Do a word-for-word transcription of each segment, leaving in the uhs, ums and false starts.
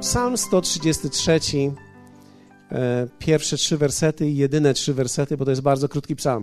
Psalm sto trzydziesty trzeci, e, pierwsze trzy wersety i jedyne trzy wersety, bo to jest bardzo krótki psalm.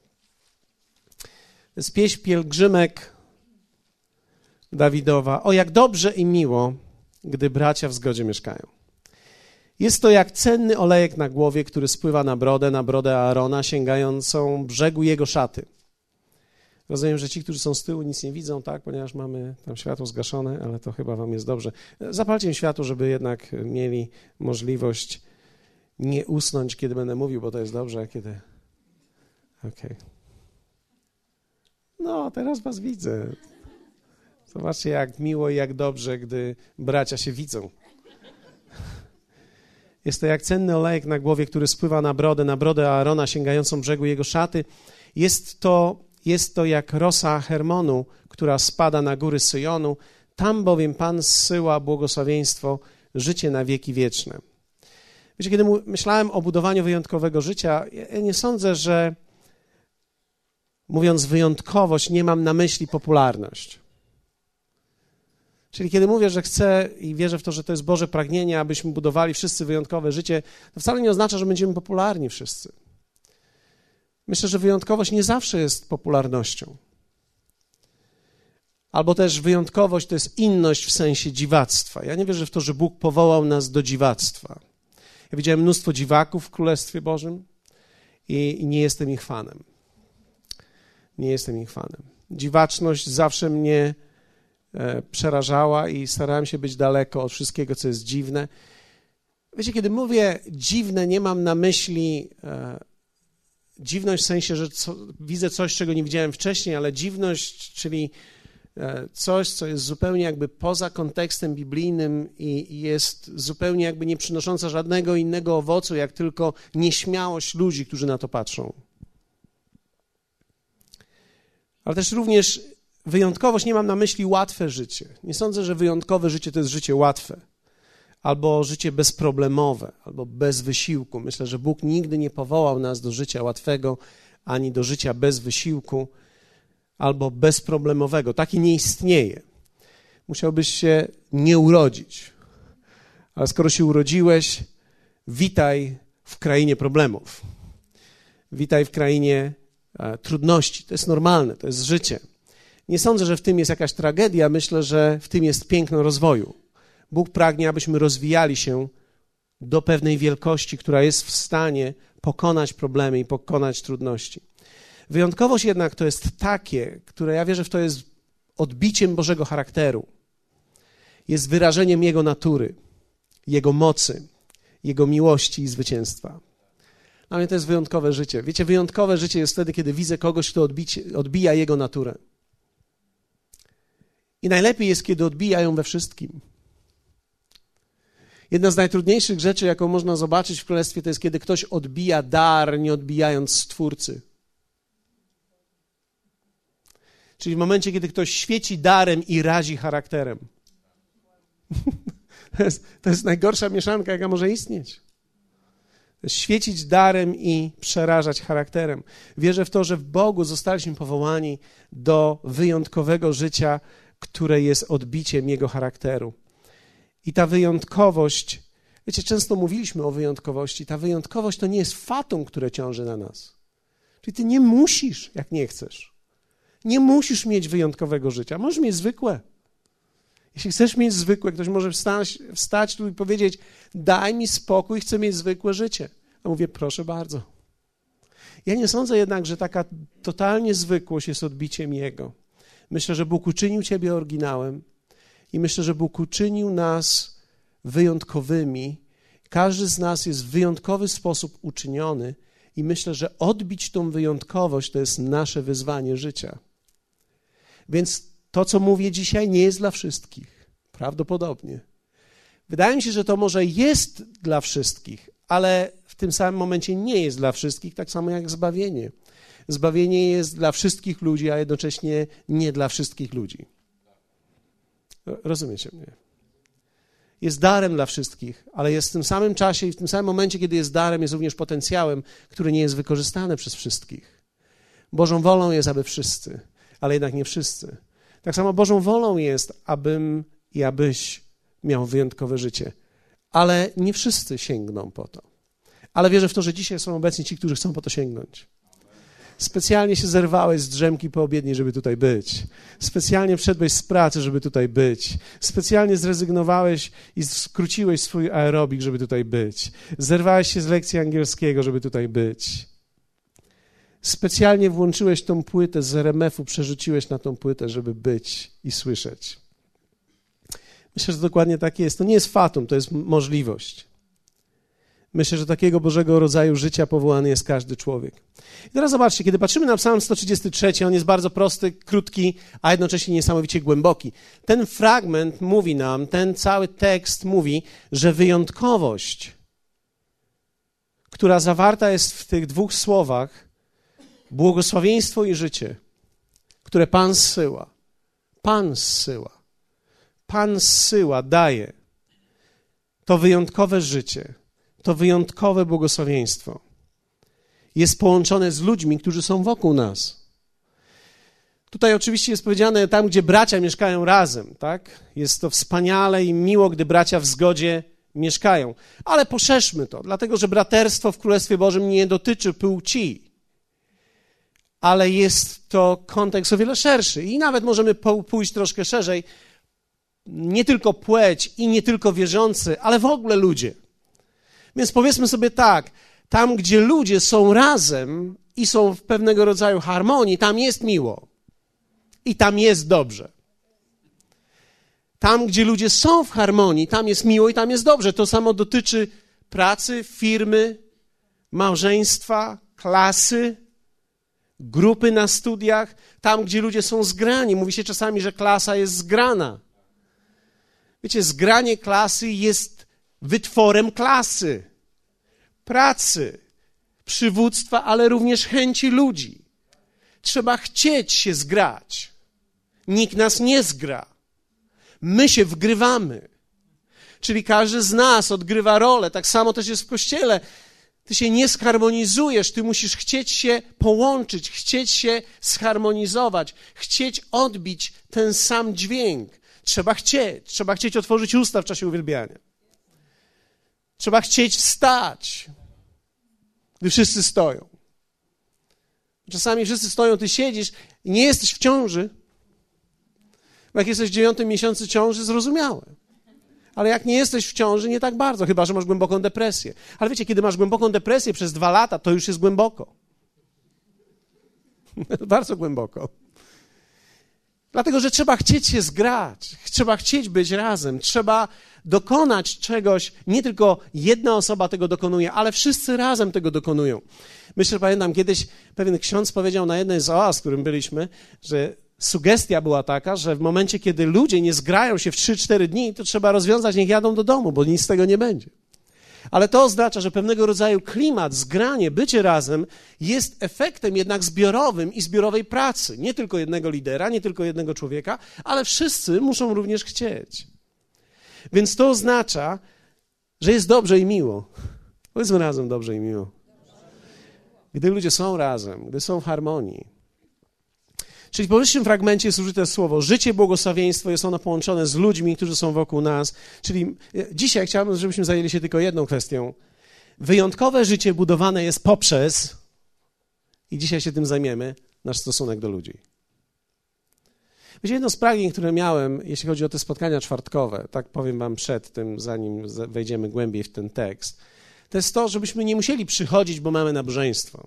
To jest pieśń pielgrzymek Dawidowa. O, jak dobrze i miło, gdy bracia w zgodzie mieszkają. Jest to jak cenny olejek na głowie, który spływa na brodę, na brodę Aarona, sięgającą brzegu jego szaty. Rozumiem, że ci, którzy są z tyłu, nic nie widzą, tak, ponieważ mamy tam światło zgaszone, ale to chyba wam jest dobrze. Zapalcie im światło, żeby jednak mieli możliwość nie usnąć, kiedy będę mówił, bo to jest dobrze, kiedy... Okej. Okay. No, teraz was widzę. Zobaczcie, jak miło i jak dobrze, gdy bracia się widzą. Jest to jak cenny olejek na głowie, który spływa na brodę, na brodę Aarona, sięgającą brzegu jego szaty. Jest to... Jest to jak rosa Hermonu, która spada na góry Syjonu. Tam bowiem Pan zsyła błogosławieństwo, życie na wieki wieczne. Wiecie, kiedy myślałem o budowaniu wyjątkowego życia, ja nie sądzę, że mówiąc wyjątkowość, nie mam na myśli popularność. Czyli kiedy mówię, że chcę i wierzę w to, że to jest Boże pragnienie, abyśmy budowali wszyscy wyjątkowe życie, to wcale nie oznacza, że będziemy popularni wszyscy. Myślę, że wyjątkowość nie zawsze jest popularnością. Albo też wyjątkowość to jest inność w sensie dziwactwa. Ja nie wierzę w to, że Bóg powołał nas do dziwactwa. Ja widziałem mnóstwo dziwaków w Królestwie Bożym i, i nie jestem ich fanem. Nie jestem ich fanem. Dziwaczność zawsze mnie e, przerażała i starałem się być daleko od wszystkiego, co jest dziwne. Wiecie, kiedy mówię dziwne, nie mam na myśli... E, Dziwność w sensie, że co, widzę coś, czego nie widziałem wcześniej, ale dziwność, czyli coś, co jest zupełnie jakby poza kontekstem biblijnym i jest zupełnie jakby nie przynosząca żadnego innego owocu, jak tylko nieśmiałość ludzi, którzy na to patrzą. Ale też również wyjątkowość, nie mam na myśli łatwe życie. Nie sądzę, że wyjątkowe życie to jest życie łatwe. Albo życie bezproblemowe, albo bez wysiłku. Myślę, że Bóg nigdy nie powołał nas do życia łatwego, ani do życia bez wysiłku, albo bezproblemowego. Takie nie istnieje. Musiałbyś się nie urodzić. Ale skoro się urodziłeś, witaj w krainie problemów. Witaj w krainie e, trudności. To jest normalne, to jest życie. Nie sądzę, że w tym jest jakaś tragedia. Myślę, że w tym jest piękno rozwoju. Bóg pragnie, abyśmy rozwijali się do pewnej wielkości, która jest w stanie pokonać problemy i pokonać trudności. Wyjątkowość jednak to jest takie, które ja wierzę w to jest odbiciem Bożego charakteru. Jest wyrażeniem Jego natury, Jego mocy, Jego miłości i zwycięstwa. Dla mnie to jest wyjątkowe życie. Wiecie, wyjątkowe życie jest wtedy, kiedy widzę kogoś, kto odbicie, odbija Jego naturę. I najlepiej jest, kiedy odbija ją we wszystkim. Jedna z najtrudniejszych rzeczy, jaką można zobaczyć w Królestwie, to jest, kiedy ktoś odbija dar, nie odbijając Stwórcy. Czyli w momencie, kiedy ktoś świeci darem i razi charakterem. To jest, to jest najgorsza mieszanka, jaka może istnieć. To jest świecić darem i przerażać charakterem. Wierzę w to, że w Bogu zostaliśmy powołani do wyjątkowego życia, które jest odbiciem Jego charakteru. I ta wyjątkowość, wiecie, często mówiliśmy o wyjątkowości, ta wyjątkowość to nie jest fatum, które ciąży na nas. Czyli ty nie musisz, jak nie chcesz. Nie musisz mieć wyjątkowego życia, możesz mieć zwykłe. Jeśli chcesz mieć zwykłe, ktoś może wstać, wstać tu i powiedzieć, daj mi spokój, chcę mieć zwykłe życie. A mówię, proszę bardzo. Ja nie sądzę jednak, że taka totalnie zwykłość jest odbiciem Jego. Myślę, że Bóg uczynił ciebie oryginałem. I myślę, że Bóg uczynił nas wyjątkowymi. Każdy z nas jest w wyjątkowy sposób uczyniony i myślę, że odbić tą wyjątkowość to jest nasze wyzwanie życia. Więc to, co mówię dzisiaj, nie jest dla wszystkich. Prawdopodobnie. Wydaje mi się, że to może jest dla wszystkich, ale w tym samym momencie nie jest dla wszystkich, tak samo jak zbawienie. Zbawienie jest dla wszystkich ludzi, a jednocześnie nie dla wszystkich ludzi. Rozumiecie mnie? Jest darem dla wszystkich, ale jest w tym samym czasie i w tym samym momencie, kiedy jest darem, jest również potencjałem, który nie jest wykorzystany przez wszystkich. Bożą wolą jest, aby wszyscy, ale jednak nie wszyscy. Tak samo Bożą wolą jest, abym i abyś miał wyjątkowe życie, ale nie wszyscy sięgną po to. Ale wierzę w to, że dzisiaj są obecni ci, którzy chcą po to sięgnąć. Specjalnie się zerwałeś z drzemki poobiedniej, żeby tutaj być. Specjalnie wszedłeś z pracy, żeby tutaj być. Specjalnie zrezygnowałeś i skróciłeś swój aerobik, żeby tutaj być. Zerwałeś się z lekcji angielskiego, żeby tutaj być. Specjalnie włączyłeś tą płytę z er em efu, przerzuciłeś na tą płytę, żeby być i słyszeć. Myślę, że dokładnie tak jest. To nie jest fatum, to jest możliwość. Myślę, że takiego Bożego rodzaju życia powołany jest każdy człowiek. I teraz zobaczcie, kiedy patrzymy na Psalm sto trzydziesty trzy, on jest bardzo prosty, krótki, a jednocześnie niesamowicie głęboki. Ten fragment mówi nam, ten cały tekst mówi, że wyjątkowość, która zawarta jest w tych dwóch słowach, błogosławieństwo i życie, które Pan zsyła, Pan zsyła, Pan zsyła, daje, to wyjątkowe życie, to wyjątkowe błogosławieństwo jest połączone z ludźmi, którzy są wokół nas. Tutaj oczywiście jest powiedziane tam, gdzie bracia mieszkają razem, tak? Jest to wspaniale i miło, gdy bracia w zgodzie mieszkają. Ale poszerzmy to, dlatego że braterstwo w Królestwie Bożym nie dotyczy płci, ale jest to kontekst o wiele szerszy i nawet możemy pójść troszkę szerzej. Nie tylko płeć i nie tylko wierzący, ale w ogóle ludzie. Więc powiedzmy sobie tak, tam gdzie ludzie są razem i są w pewnego rodzaju harmonii, tam jest miło i tam jest dobrze. Tam gdzie ludzie są w harmonii, tam jest miło i tam jest dobrze. To samo dotyczy pracy, firmy, małżeństwa, klasy, grupy na studiach. Tam gdzie ludzie są zgrani. Mówi się czasami, że klasa jest zgrana. Wiecie, zgranie klasy jest wytworem klasy, pracy, przywództwa, ale również chęci ludzi. Trzeba chcieć się zgrać. Nikt nas nie zgra. My się wgrywamy. Czyli każdy z nas odgrywa rolę. Tak samo też jest w Kościele. Ty się nie zharmonizujesz, ty musisz chcieć się połączyć, chcieć się zharmonizować, chcieć odbić ten sam dźwięk. Trzeba chcieć. Trzeba chcieć otworzyć usta w czasie uwielbiania. Trzeba chcieć wstać, gdy wszyscy stoją. Czasami wszyscy stoją, ty siedzisz i nie jesteś w ciąży. Bo jak jesteś w dziewiątym miesiącu ciąży, zrozumiałe. Ale jak nie jesteś w ciąży, nie tak bardzo, chyba że masz głęboką depresję. Ale wiecie, kiedy masz głęboką depresję przez dwa lata, to już jest głęboko. Bardzo głęboko. Dlatego, że trzeba chcieć się zgrać, trzeba chcieć być razem, trzeba dokonać czegoś, nie tylko jedna osoba tego dokonuje, ale wszyscy razem tego dokonują. Myślę, że pamiętam, kiedyś pewien ksiądz powiedział na jednej z oaz, w którym byliśmy, że sugestia była taka, że w momencie, kiedy ludzie nie zgrają się w trzy cztery dni, to trzeba rozwiązać, niech jadą do domu, bo nic z tego nie będzie. Ale to oznacza, że pewnego rodzaju klimat, zgranie, bycie razem jest efektem jednak zbiorowym i zbiorowej pracy. Nie tylko jednego lidera, nie tylko jednego człowieka, ale wszyscy muszą również chcieć. Więc to oznacza, że jest dobrze i miło. Powiedzmy razem dobrze i miło. Gdy ludzie są razem, gdy są w harmonii. Czyli w powyższym fragmencie jest użyte słowo życie, błogosławieństwo, jest ono połączone z ludźmi, którzy są wokół nas. Czyli dzisiaj chciałbym, żebyśmy zajęli się tylko jedną kwestią. Wyjątkowe życie budowane jest poprzez, i dzisiaj się tym zajmiemy, nasz stosunek do ludzi. Wiecie, jedno z pragnień, które miałem, jeśli chodzi o te spotkania czwartkowe, tak powiem wam przed tym, zanim wejdziemy głębiej w ten tekst, to jest to, żebyśmy nie musieli przychodzić, bo mamy nabożeństwo.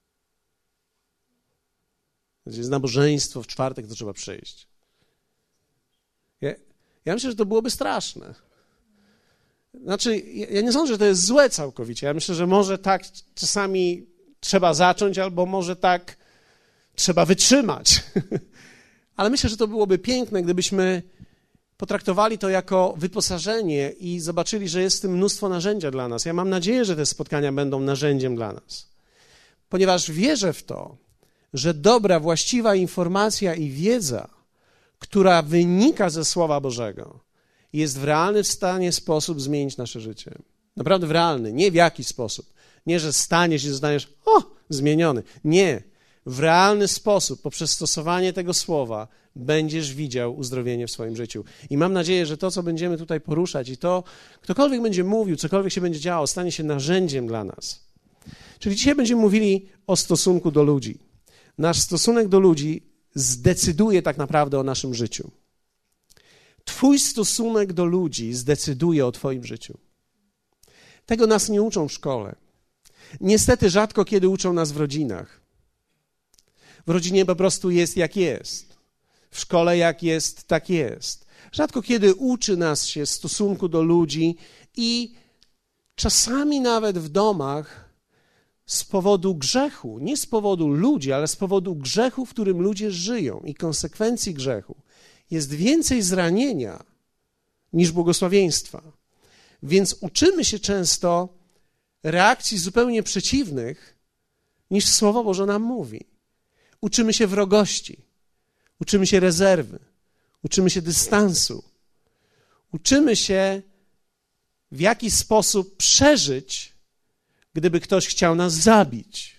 Jest nabożeństwo w czwartek, to trzeba przyjść. Ja, ja myślę, że to byłoby straszne. Znaczy, ja, ja nie sądzę, że to jest złe całkowicie. Ja myślę, że może tak czasami trzeba zacząć, albo może tak trzeba wytrzymać. Ale myślę, że to byłoby piękne, gdybyśmy potraktowali to jako wyposażenie i zobaczyli, że jest w tym mnóstwo narzędzia dla nas. Ja mam nadzieję, że te spotkania będą narzędziem dla nas. Ponieważ wierzę w to, że dobra, właściwa informacja i wiedza, która wynika ze Słowa Bożego, jest w realny w stanie sposób zmienić nasze życie. Naprawdę w realny, nie w jakiś sposób. Nie, że staniesz i zostaniesz, o, zmieniony. Nie. w realny sposób, poprzez stosowanie tego słowa, będziesz widział uzdrowienie w swoim życiu. I mam nadzieję, że to, co będziemy tutaj poruszać i to, ktokolwiek będzie mówił, cokolwiek się będzie działo, stanie się narzędziem dla nas. Czyli dzisiaj będziemy mówili o stosunku do ludzi. Nasz stosunek do ludzi zdecyduje tak naprawdę o naszym życiu. Twój stosunek do ludzi zdecyduje o twoim życiu. Tego nas nie uczą w szkole. Niestety rzadko kiedy uczą nas w rodzinach. W rodzinie po prostu jest jak jest. W szkole jak jest, tak jest. Rzadko kiedy uczy nas się stosunku do ludzi i czasami nawet w domach z powodu grzechu, nie z powodu ludzi, ale z powodu grzechu, w którym ludzie żyją i konsekwencji grzechu, jest więcej zranienia niż błogosławieństwa. Więc uczymy się często reakcji zupełnie przeciwnych, niż Słowo Boże nam mówi. Uczymy się wrogości, uczymy się rezerwy, uczymy się dystansu, uczymy się w jaki sposób przeżyć, gdyby ktoś chciał nas zabić.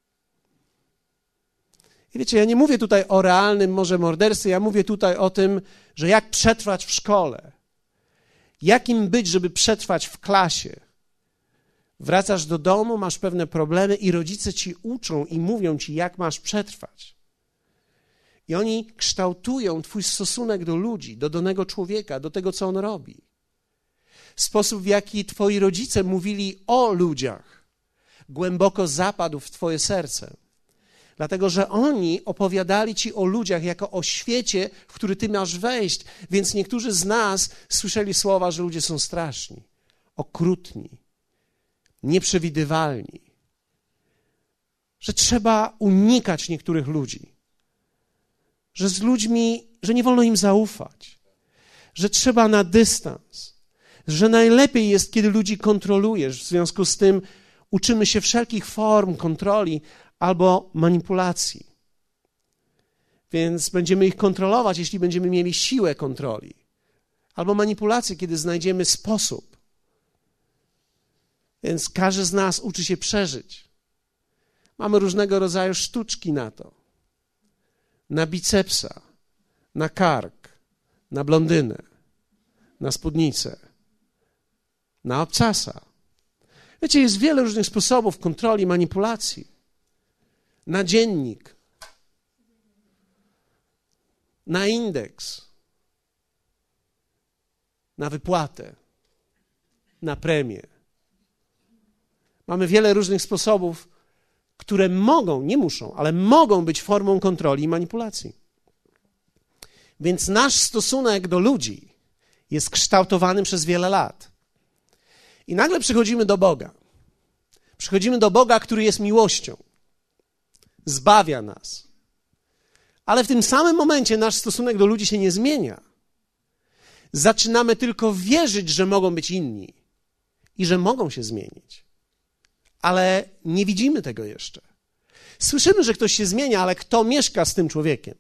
I wiecie, ja nie mówię tutaj o realnym może morderstwie, ja mówię tutaj o tym, że jak przetrwać w szkole, jakim być, żeby przetrwać w klasie. Wracasz do domu, masz pewne problemy i rodzice ci uczą i mówią ci, jak masz przetrwać. I oni kształtują twój stosunek do ludzi, do danego człowieka, do tego, co on robi. Sposób, w jaki twoi rodzice mówili o ludziach, głęboko zapadł w twoje serce. Dlatego, że oni opowiadali ci o ludziach jako o świecie, w który ty masz wejść. Więc niektórzy z nas słyszeli słowa, że ludzie są straszni, okrutni, nieprzewidywalni, że trzeba unikać niektórych ludzi, że z ludźmi, że nie wolno im zaufać, że trzeba na dystans, że najlepiej jest, kiedy ludzi kontrolujesz. W związku z tym uczymy się wszelkich form kontroli albo manipulacji. Więc będziemy ich kontrolować, jeśli będziemy mieli siłę kontroli, albo manipulację, kiedy znajdziemy sposób. Więc każdy z nas uczy się przeżyć. Mamy różnego rodzaju sztuczki na to. Na bicepsa, na kark, na blondynę, na spódnicę, na obcasa. Wiecie, jest wiele różnych sposobów kontroli, manipulacji. Na dziennik, na indeks, na wypłatę, na premię. Mamy wiele różnych sposobów, które mogą, nie muszą, ale mogą być formą kontroli i manipulacji. Więc nasz stosunek do ludzi jest kształtowany przez wiele lat. I nagle przychodzimy do Boga. Przychodzimy do Boga, który jest miłością. Zbawia nas. Ale w tym samym momencie nasz stosunek do ludzi się nie zmienia. Zaczynamy tylko wierzyć, że mogą być inni i że mogą się zmienić. Ale nie widzimy tego jeszcze. Słyszymy, że ktoś się zmienia, ale kto mieszka z tym człowiekiem?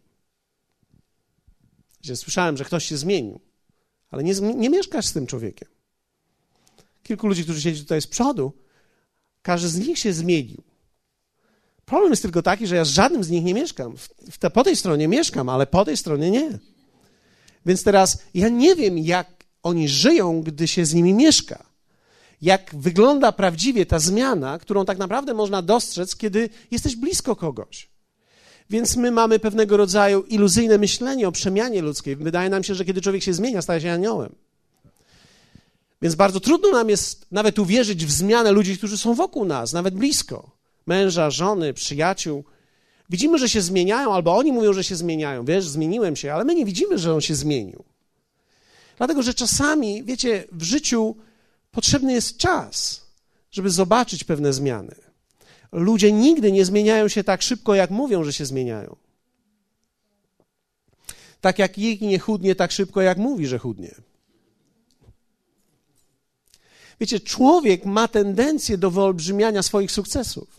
Słyszałem, że ktoś się zmienił, ale nie, nie mieszkasz z tym człowiekiem. Kilku ludzi, którzy siedzi tutaj z przodu, każdy z nich się zmienił. Problem jest tylko taki, że ja z żadnym z nich nie mieszkam. W te, po tej stronie mieszkam, ale po tej stronie nie. Więc teraz ja nie wiem, jak oni żyją, gdy się z nimi mieszka. Jak wygląda prawdziwie ta zmiana, którą tak naprawdę można dostrzec, kiedy jesteś blisko kogoś. Więc my mamy pewnego rodzaju iluzyjne myślenie o przemianie ludzkiej. Wydaje nam się, że kiedy człowiek się zmienia, staje się aniołem. Więc bardzo trudno nam jest nawet uwierzyć w zmianę ludzi, którzy są wokół nas, nawet blisko. Męża, żony, przyjaciół. Widzimy, że się zmieniają, albo oni mówią, że się zmieniają. Wiesz, zmieniłem się, ale my nie widzimy, że on się zmienił. Dlatego, że czasami, wiecie, w życiu potrzebny jest czas, żeby zobaczyć pewne zmiany. Ludzie nigdy nie zmieniają się tak szybko, jak mówią, że się zmieniają. Tak jak nikt nie chudnie tak szybko, jak mówi, że chudnie. Wiecie, człowiek ma tendencję do wyolbrzymiania swoich sukcesów.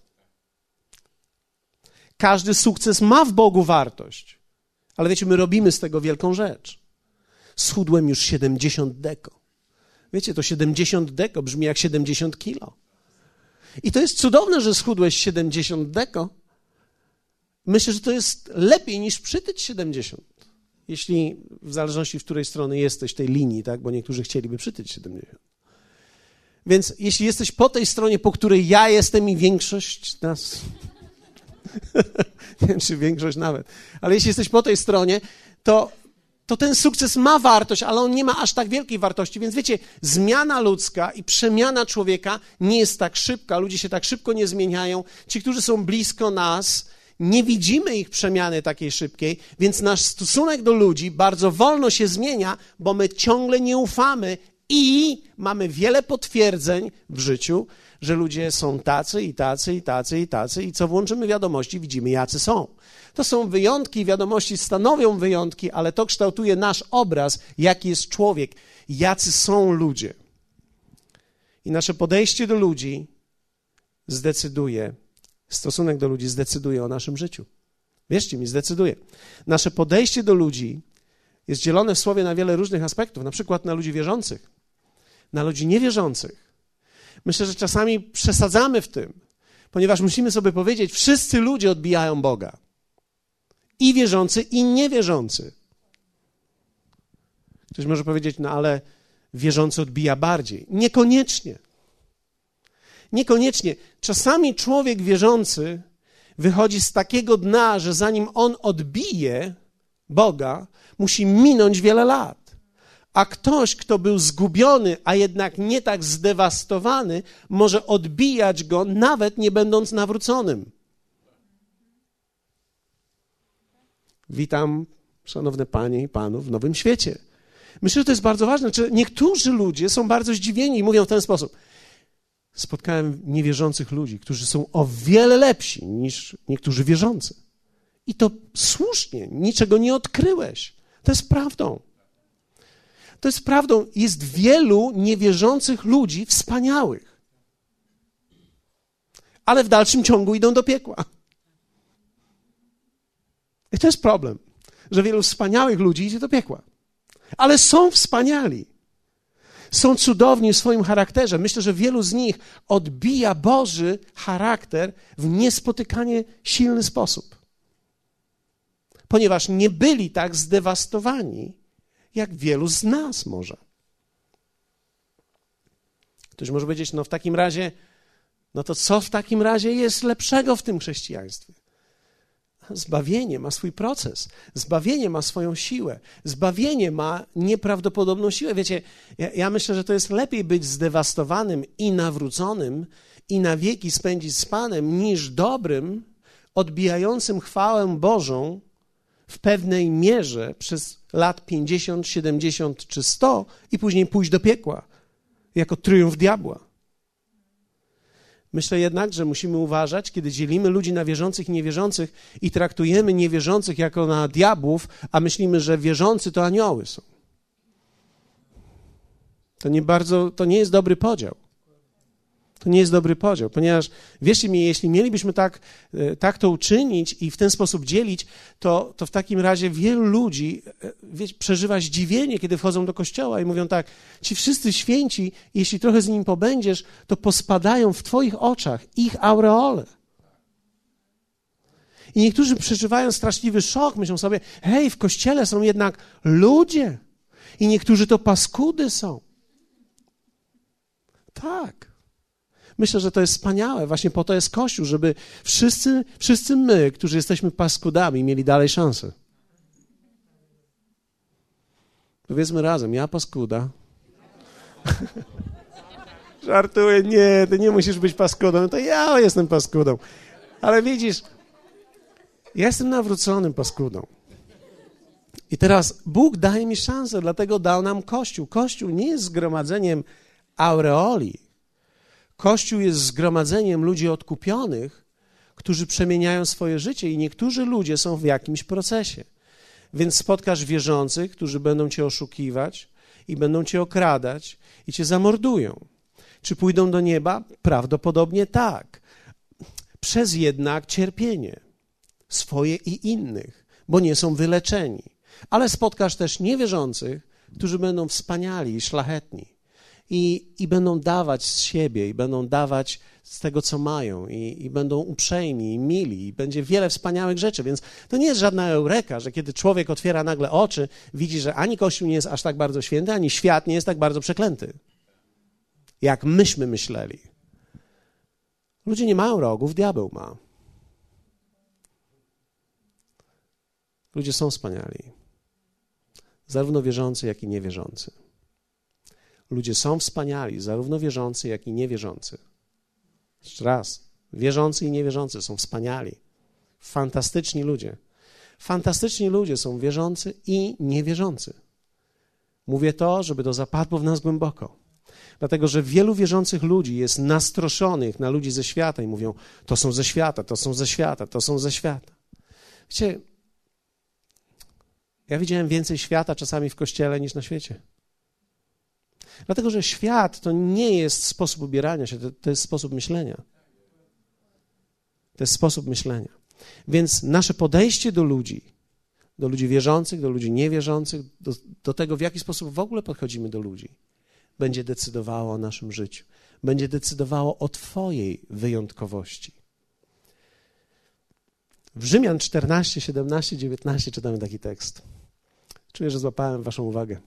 Każdy sukces ma w Bogu wartość, ale wiecie, my robimy z tego wielką rzecz. Schudłem już siedemdziesiąt deko. Wiecie, to siedemdziesiąt deko brzmi jak siedemdziesiąt kilo. I to jest cudowne, że schudłeś siedemdziesiąt deko, myślę, że to jest lepiej niż przytyć siedemdziesiąt. Jeśli w zależności, w której strony jesteś tej linii, tak? Bo niektórzy chcieliby przytyć siedemdziesiąt. Więc jeśli jesteś po tej stronie, po której ja jestem i większość nas... nie wiem, czy większość nawet. Ale jeśli jesteś po tej stronie, to, to ten sukces ma wartość, ale on nie ma aż tak wielkiej wartości. Więc wiecie, zmiana ludzka i przemiana człowieka nie jest tak szybka. Ludzie się tak szybko nie zmieniają. Ci, którzy są blisko nas, nie widzimy ich przemiany takiej szybkiej, więc nasz stosunek do ludzi bardzo wolno się zmienia, bo my ciągle nie ufamy i mamy wiele potwierdzeń w życiu, że ludzie są tacy i tacy i tacy i tacy i co włączymy wiadomości, widzimy jacy są. To są wyjątki, wiadomości stanowią wyjątki, ale to kształtuje nasz obraz, jaki jest człowiek, jacy są ludzie. I nasze podejście do ludzi zdecyduje, stosunek do ludzi zdecyduje o naszym życiu. Wierzcie mi, zdecyduje. Nasze podejście do ludzi jest dzielone w słowie na wiele różnych aspektów, na przykład na ludzi wierzących, na ludzi niewierzących. Myślę, że czasami przesadzamy w tym, ponieważ musimy sobie powiedzieć, wszyscy ludzie odbijają Boga. I wierzący, i niewierzący. Ktoś może powiedzieć, no ale wierzący odbija bardziej. Niekoniecznie. Niekoniecznie. Czasami człowiek wierzący wychodzi z takiego dna, że zanim on odbije Boga, musi minąć wiele lat. A ktoś, kto był zgubiony, a jednak nie tak zdewastowany, może odbijać go, nawet nie będąc nawróconym. Witam, szanowne panie i panów, w Nowym Świecie. Myślę, że to jest bardzo ważne. Czy niektórzy ludzie są bardzo zdziwieni i mówią w ten sposób. Spotkałem niewierzących ludzi, którzy są o wiele lepsi niż niektórzy wierzący. I to słusznie, niczego nie odkryłeś. To jest prawdą. To jest prawdą. Jest wielu niewierzących ludzi wspaniałych. Ale w dalszym ciągu idą do piekła. I to jest problem, że wielu wspaniałych ludzi idzie do piekła. Ale są wspaniali. Są cudowni w swoim charakterze. Myślę, że wielu z nich odbija Boży charakter w niespotykanie silny sposób. Ponieważ nie byli tak zdewastowani, jak wielu z nas może. Ktoś może powiedzieć, no w takim razie, no to co w takim razie jest lepszego w tym chrześcijaństwie? Zbawienie ma swój proces, zbawienie ma swoją siłę, zbawienie ma nieprawdopodobną siłę. Wiecie, ja, ja myślę, że to jest lepiej być zdewastowanym i nawróconym i na wieki spędzić z Panem, niż dobrym, odbijającym chwałę Bożą w pewnej mierze przez lat pięćdziesiąt, siedemdziesiąt czy sto i później pójść do piekła jako triumf diabła. Myślę jednak, że musimy uważać, kiedy dzielimy ludzi na wierzących i niewierzących i traktujemy niewierzących jako na diabłów, a myślimy, że wierzący to anioły są. To nie bardzo, to nie jest dobry podział. To nie jest dobry podział, ponieważ wierzcie mi, jeśli mielibyśmy tak, tak to uczynić i w ten sposób dzielić, to, to w takim razie wielu ludzi wiecie, przeżywa zdziwienie, kiedy wchodzą do kościoła i mówią tak, ci wszyscy święci, jeśli trochę z nimi pobędziesz, to pospadają w twoich oczach ich aureole. I niektórzy przeżywają straszliwy szok, myślą sobie, hej, w kościele są jednak ludzie i niektórzy to paskudy są. Tak. Myślę, że to jest wspaniałe. Właśnie po to jest Kościół, żeby wszyscy, wszyscy my, którzy jesteśmy paskudami, mieli dalej szansę. Powiedzmy razem, ja paskuda. Żartuję, nie, ty nie musisz być paskudą, to ja jestem paskudą. Ale widzisz, ja jestem nawróconym paskudą. I teraz Bóg daje mi szansę, dlatego dał nam Kościół. Kościół nie jest zgromadzeniem aureoli. Kościół jest zgromadzeniem ludzi odkupionych, którzy przemieniają swoje życie i niektórzy ludzie są w jakimś procesie. Więc spotkasz wierzących, którzy będą cię oszukiwać i będą cię okradać i cię zamordują. Czy pójdą do nieba? Prawdopodobnie tak. Przez jednak cierpienie swoje i innych, bo nie są wyleczeni. Ale spotkasz też niewierzących, którzy będą wspaniali i szlachetni. I, I będą dawać z siebie, i będą dawać z tego, co mają i, i będą uprzejmi i mili i będzie wiele wspaniałych rzeczy, więc to nie jest żadna eureka, że kiedy człowiek otwiera nagle oczy, widzi, że ani Kościół nie jest aż tak bardzo święty, ani świat nie jest tak bardzo przeklęty, jak myśmy myśleli. Ludzie nie mają rogów, diabeł ma. Ludzie są wspaniali, zarówno wierzący, jak i niewierzący. Ludzie są wspaniali, zarówno wierzący, jak i niewierzący. Jeszcze raz, wierzący i niewierzący są wspaniali. Fantastyczni ludzie. Fantastyczni ludzie są wierzący i niewierzący. Mówię to, żeby to zapadło w nas głęboko. Dlatego, że wielu wierzących ludzi jest nastroszonych na ludzi ze świata i mówią, to są ze świata, to są ze świata, to są ze świata. Wiecie, ja widziałem więcej świata czasami w kościele niż na świecie. Dlatego, że świat to nie jest sposób ubierania się, to, to jest sposób myślenia. To jest sposób myślenia. Więc nasze podejście do ludzi, do ludzi wierzących, do ludzi niewierzących, do, do tego, w jaki sposób w ogóle podchodzimy do ludzi, będzie decydowało o naszym życiu. Będzie decydowało o twojej wyjątkowości. W Rzymian czternaście, siedemnaście, dziewiętnaście czytamy taki tekst. Czuję, że złapałem waszą uwagę.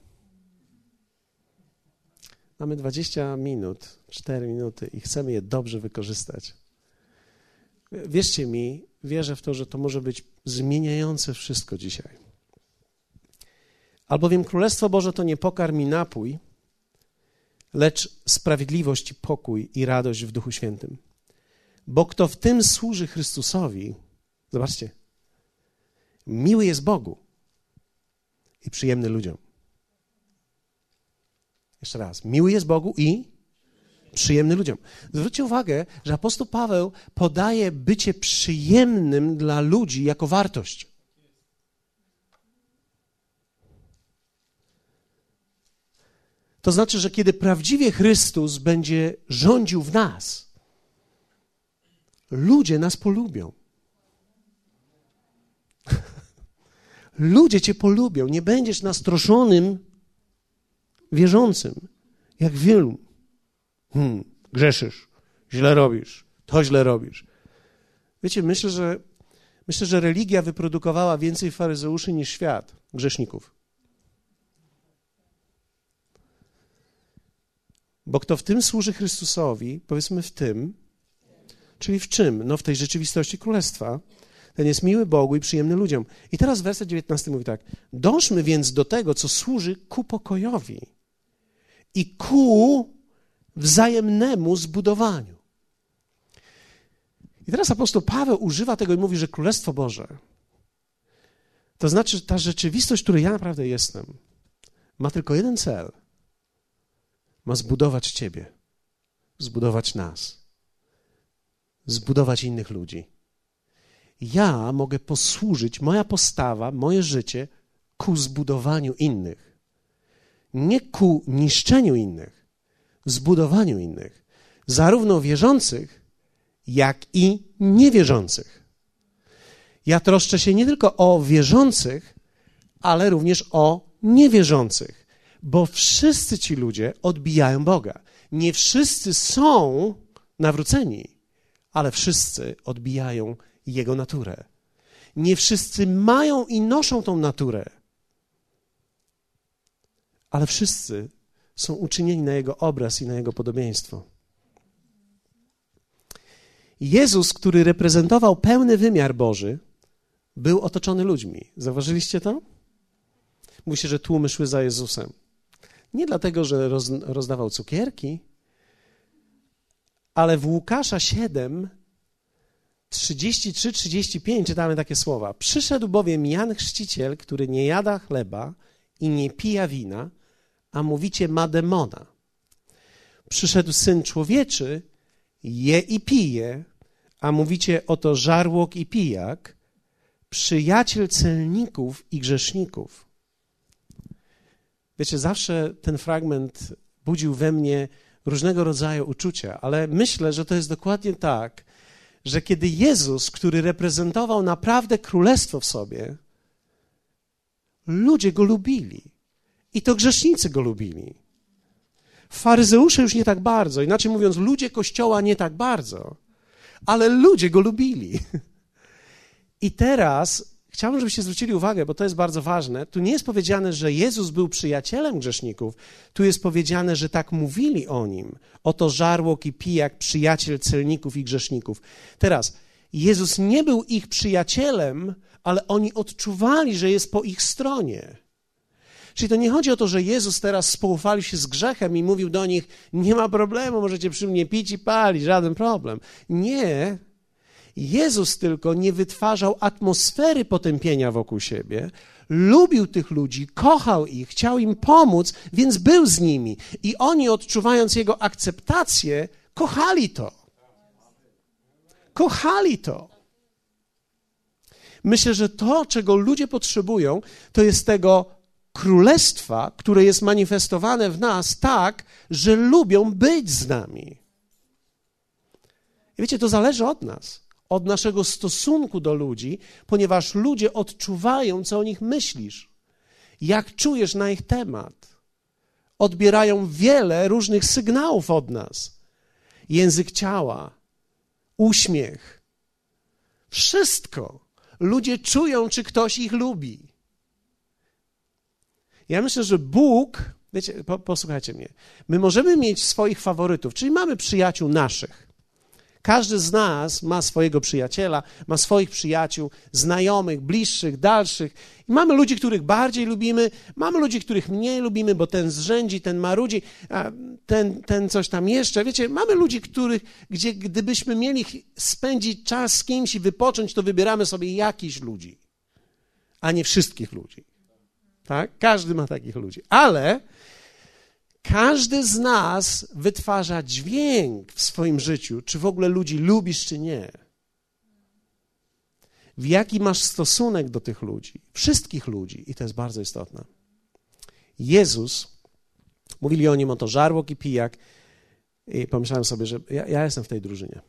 Mamy dwadzieścia minut, cztery minuty i chcemy je dobrze wykorzystać. Wierzcie mi, wierzę w to, że to może być zmieniające wszystko dzisiaj. Albowiem Królestwo Boże to nie pokarm i napój, lecz sprawiedliwość i pokój i radość w Duchu Świętym. Bo kto w tym służy Chrystusowi, zobaczcie, miły jest Bogu i przyjemny ludziom. Jeszcze raz, miły jest Bogu i przyjemny ludziom. Zwróćcie uwagę, że apostoł Paweł podaje bycie przyjemnym dla ludzi jako wartość. To znaczy, że kiedy prawdziwie Chrystus będzie rządził w nas, ludzie nas polubią. Ludzie cię polubią. Nie będziesz nastroszonym wierzącym, jak wielu. Hmm, grzeszysz, źle robisz, to źle robisz. Wiecie, myślę, że myślę, że religia wyprodukowała więcej faryzeuszy niż świat, grzeszników. Bo kto w tym służy Chrystusowi, powiedzmy w tym, czyli w czym? No w tej rzeczywistości Królestwa, ten jest miły Bogu i przyjemny ludziom. I teraz werset dziewiętnasty mówi tak. Dążmy więc do tego, co służy ku pokojowi i ku wzajemnemu zbudowaniu. I teraz apostoł Paweł używa tego i mówi, że Królestwo Boże, to znaczy ta rzeczywistość, w której ja naprawdę jestem, ma tylko jeden cel. Ma zbudować ciebie, zbudować nas, zbudować innych ludzi. Ja mogę posłużyć, moja postawa, moje życie ku zbudowaniu innych. Nie ku niszczeniu innych, zbudowaniu innych. Zarówno wierzących, jak i niewierzących. Ja troszczę się nie tylko o wierzących, ale również o niewierzących. Bo wszyscy ci ludzie odbijają Boga. Nie wszyscy są nawróceni, ale wszyscy odbijają Jego naturę. Nie wszyscy mają i noszą tą naturę, ale wszyscy są uczynieni na Jego obraz i na Jego podobieństwo. Jezus, który reprezentował pełny wymiar Boży, był otoczony ludźmi. Zauważyliście to? Mówi się, że tłumy szły za Jezusem. Nie dlatego, że roz, rozdawał cukierki, ale w Łukasza siedem, trzydzieści trzy trzydzieści pięć czytamy takie słowa. Przyszedł bowiem Jan Chrzciciel, który nie jada chleba i nie pija wina, a mówicie ma demona. Przyszedł Syn Człowieczy, je i pije, a mówicie oto żarłok i pijak, przyjaciel celników i grzeszników. Wiecie, zawsze ten fragment budził we mnie różnego rodzaju uczucia, ale myślę, że to jest dokładnie tak, że kiedy Jezus, który reprezentował naprawdę królestwo w sobie, ludzie Go lubili i to grzesznicy Go lubili. Faryzeusze już nie tak bardzo, inaczej mówiąc, ludzie Kościoła nie tak bardzo, ale ludzie go lubili. I teraz chciałbym, żebyście zwrócili uwagę, bo to jest bardzo ważne. Tu nie jest powiedziane, że Jezus był przyjacielem grzeszników. Tu jest powiedziane, że tak mówili o nim. Oto żarłok i pijak, przyjaciel celników i grzeszników. Teraz, Jezus nie był ich przyjacielem, ale oni odczuwali, że jest po ich stronie. Czyli to nie chodzi o to, że Jezus teraz spoufalił się z grzechem i mówił do nich, nie ma problemu, możecie przy mnie pić i palić, żaden problem. Nie. Jezus tylko nie wytwarzał atmosfery potępienia wokół siebie, lubił tych ludzi, kochał ich, chciał im pomóc, więc był z nimi. I oni, odczuwając Jego akceptację, kochali to. Kochali to. Myślę, że to, czego ludzie potrzebują, to jest tego królestwa, które jest manifestowane w nas tak, że lubią być z nami. I wiecie, to zależy od nas. Od naszego stosunku do ludzi, ponieważ ludzie odczuwają, co o nich myślisz, jak czujesz na ich temat. Odbierają wiele różnych sygnałów od nas. Język ciała, uśmiech, wszystko. Ludzie czują, czy ktoś ich lubi. Ja myślę, że Bóg, wiecie, po, posłuchajcie mnie, my możemy mieć swoich faworytów, czyli mamy przyjaciół naszych. Każdy z nas ma swojego przyjaciela, ma swoich przyjaciół, znajomych, bliższych, dalszych. I mamy ludzi, których bardziej lubimy, mamy ludzi, których mniej lubimy, bo ten zrzędzi, ten marudzi, ten, ten coś tam jeszcze. Wiecie, mamy ludzi, których, gdzie gdybyśmy mieli spędzić czas z kimś i wypocząć, to wybieramy sobie jakichś ludzi, a nie wszystkich ludzi. Tak? Każdy ma takich ludzi. Ale każdy z nas wytwarza dźwięk w swoim życiu, czy w ogóle ludzi lubisz, czy nie. W jaki masz stosunek do tych ludzi, wszystkich ludzi, i to jest bardzo istotne. Jezus, mówili o nim oto żarłok i pijak, i pomyślałem sobie, że ja, ja jestem w tej drużynie.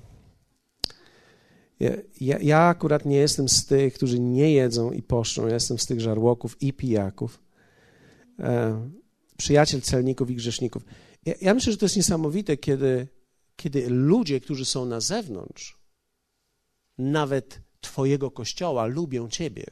Ja, ja, ja akurat nie jestem z tych, którzy nie jedzą i poszczą, ja jestem z tych żarłoków i pijaków. E, Przyjaciel celników i grzeszników. Ja, ja myślę, że to jest niesamowite, kiedy, kiedy ludzie, którzy są na zewnątrz, nawet Twojego Kościoła, lubią Ciebie.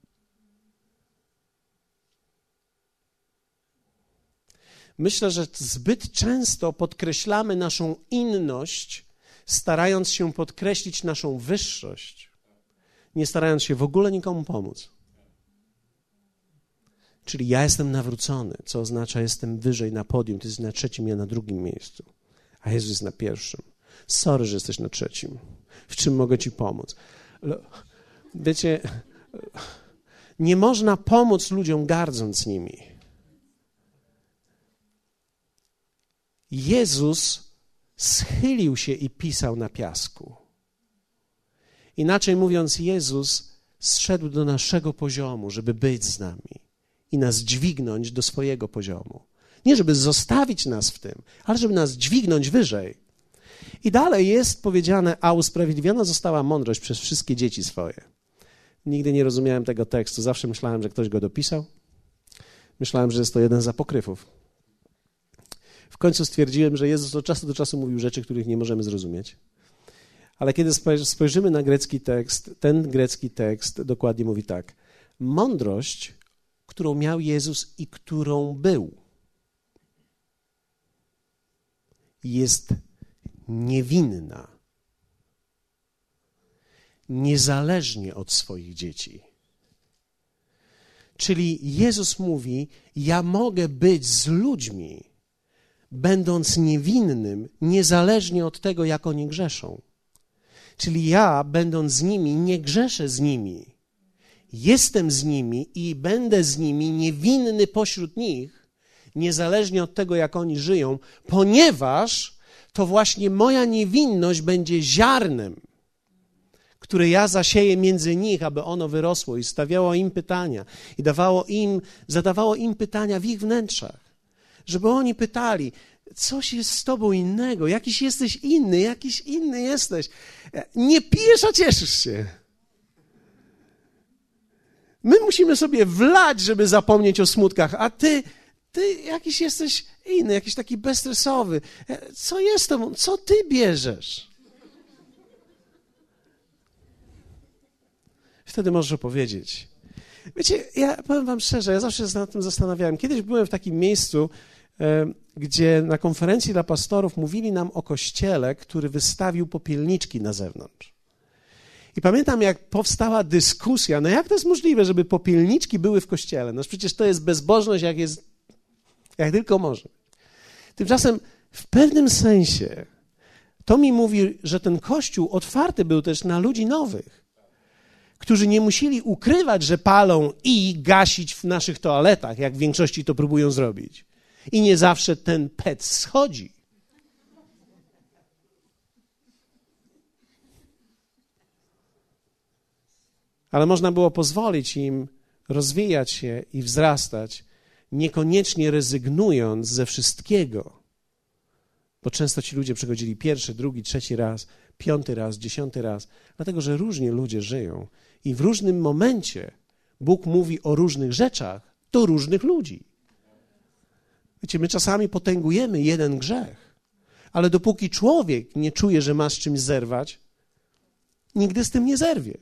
Myślę, że zbyt często podkreślamy naszą inność, starając się podkreślić naszą wyższość, nie starając się w ogóle nikomu pomóc. Czyli ja jestem nawrócony, co oznacza, jestem wyżej na podium, ty jesteś na trzecim, ja na drugim miejscu, a Jezus jest na pierwszym. Sorry, że jesteś na trzecim. W czym mogę ci pomóc? Wiecie, nie można pomóc ludziom, gardząc nimi. Jezus schylił się i pisał na piasku. Inaczej mówiąc, Jezus zszedł do naszego poziomu, żeby być z nami i nas dźwignąć do swojego poziomu. Nie żeby zostawić nas w tym, ale żeby nas dźwignąć wyżej. I dalej jest powiedziane, a usprawiedliwiona została mądrość przez wszystkie dzieci swoje. Nigdy nie rozumiałem tego tekstu, zawsze myślałem, że ktoś go dopisał. Myślałem, że jest to jeden z apokryfów. W końcu stwierdziłem, że Jezus od czasu do czasu mówił rzeczy, których nie możemy zrozumieć. Ale kiedy spojrzymy na grecki tekst, ten grecki tekst dokładnie mówi tak. Mądrość, którą miał Jezus i którą był, jest niewinna, niezależnie od swoich dzieci. Czyli Jezus mówi, ja mogę być z ludźmi, będąc niewinnym, niezależnie od tego, jak oni grzeszą. Czyli ja, będąc z nimi, nie grzeszę z nimi. Jestem z nimi i będę z nimi niewinny pośród nich, niezależnie od tego, jak oni żyją, ponieważ to właśnie moja niewinność będzie ziarnem, które ja zasieję między nich, aby ono wyrosło i stawiało im pytania i dawało im, zadawało im pytania w ich wnętrzach, żeby oni pytali, coś jest z tobą innego, jakiś jesteś inny, jakiś inny jesteś. Nie pijesz, a cieszysz się. My musimy sobie wlać, żeby zapomnieć o smutkach, a ty ty jakiś jesteś inny, jakiś taki bezstresowy. Co jest to? Co ty bierzesz? Wtedy możesz opowiedzieć. Wiecie, ja powiem wam szczerze, ja zawsze się nad tym zastanawiałem. Kiedyś byłem w takim miejscu, gdzie na konferencji dla pastorów mówili nam o kościele, który wystawił popielniczki na zewnątrz. I pamiętam, jak powstała dyskusja, no jak to jest możliwe, żeby popielniczki były w kościele? No przecież to jest bezbożność, jak jest, jak tylko może. Tymczasem w pewnym sensie to mi mówi, że ten kościół otwarty był też na ludzi nowych, którzy nie musieli ukrywać, że palą i gasić w naszych toaletach, jak w większości to próbują zrobić. I nie zawsze ten pec schodzi. Ale można było pozwolić im rozwijać się i wzrastać, niekoniecznie rezygnując ze wszystkiego. Bo często ci ludzie przychodzili pierwszy, drugi, trzeci raz, piąty raz, dziesiąty raz, dlatego że różni ludzie żyją. I w różnym momencie Bóg mówi o różnych rzeczach do różnych ludzi. Wiecie, my czasami potęgujemy jeden grzech, ale dopóki człowiek nie czuje, że ma z czymś zerwać, nigdy z tym nie zerwie.